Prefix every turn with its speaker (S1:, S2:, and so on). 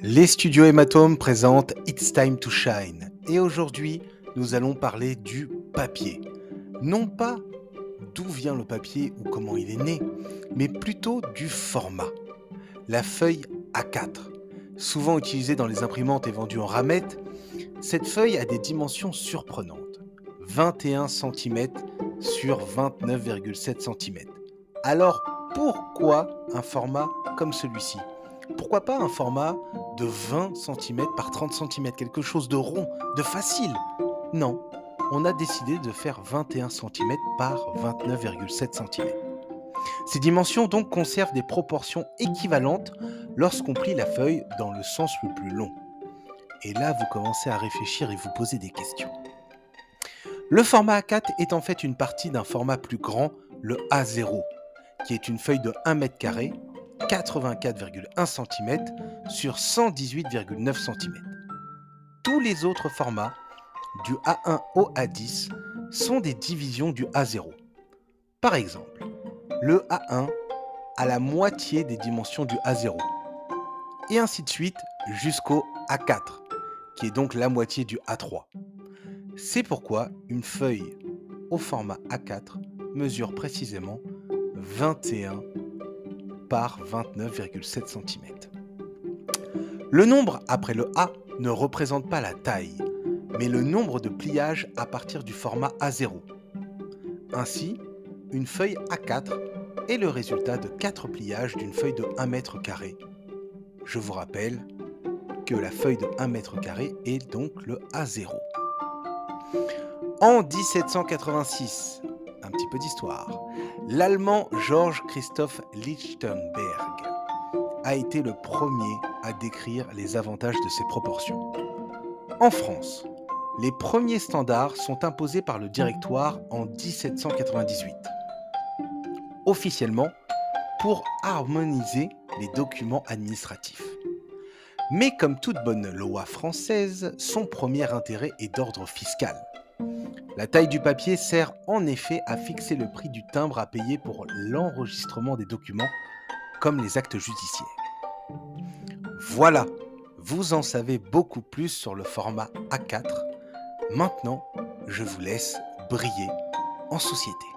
S1: Les studios Hématome présentent It's Time to Shine. Et aujourd'hui, nous allons parler du papier. Non pas d'où vient le papier ou comment il est né, mais plutôt du format. La feuille A4. Souvent utilisée dans les imprimantes et vendue en ramette, cette feuille a des dimensions surprenantes. 21 cm sur 29,7 cm. Alors pourquoi un format comme celui-ci ? Pourquoi pas un format de 20 cm par 30 cm, quelque chose de rond, de facile? Non, on a décidé de faire 21 cm par 29,7 cm. Ces dimensions donc conservent des proportions équivalentes lorsqu'on plie la feuille dans le sens le plus long. Et là, vous commencez à réfléchir et vous poser des questions. Le format A4 est en fait une partie d'un format plus grand, le A0, qui est une feuille de 1 mètre carré, 84,1 cm sur 118,9 cm. Tous les autres formats, du A1 au A10, sont des divisions du A0. Par exemple, le A1 a la moitié des dimensions du A0, et ainsi de suite jusqu'au A4, qui est donc la moitié du A3. C'est pourquoi une feuille au format A4 mesure précisément 21 par 29,7 cm. Le nombre après le A ne représente pas la taille, mais le nombre de pliages à partir du format A0. Ainsi, une feuille A4 est le résultat de 4 pliages d'une feuille de 1 mètre carré. Je vous rappelle que la feuille de 1 mètre carré est donc le A0. En 1786, un petit peu d'histoire, l'Allemand Georg Christoph Lichtenberg a été le premier à décrire les avantages de ces proportions. En France, les premiers standards sont imposés par le Directoire en 1798. Officiellement, pour harmoniser les documents administratifs. Mais comme toute bonne loi française, son premier intérêt est d'ordre fiscal. La taille du papier sert en effet à fixer le prix du timbre à payer pour l'enregistrement des documents, comme les actes judiciaires. Voilà, vous en savez beaucoup plus sur le format A4. Maintenant, je vous laisse briller en société.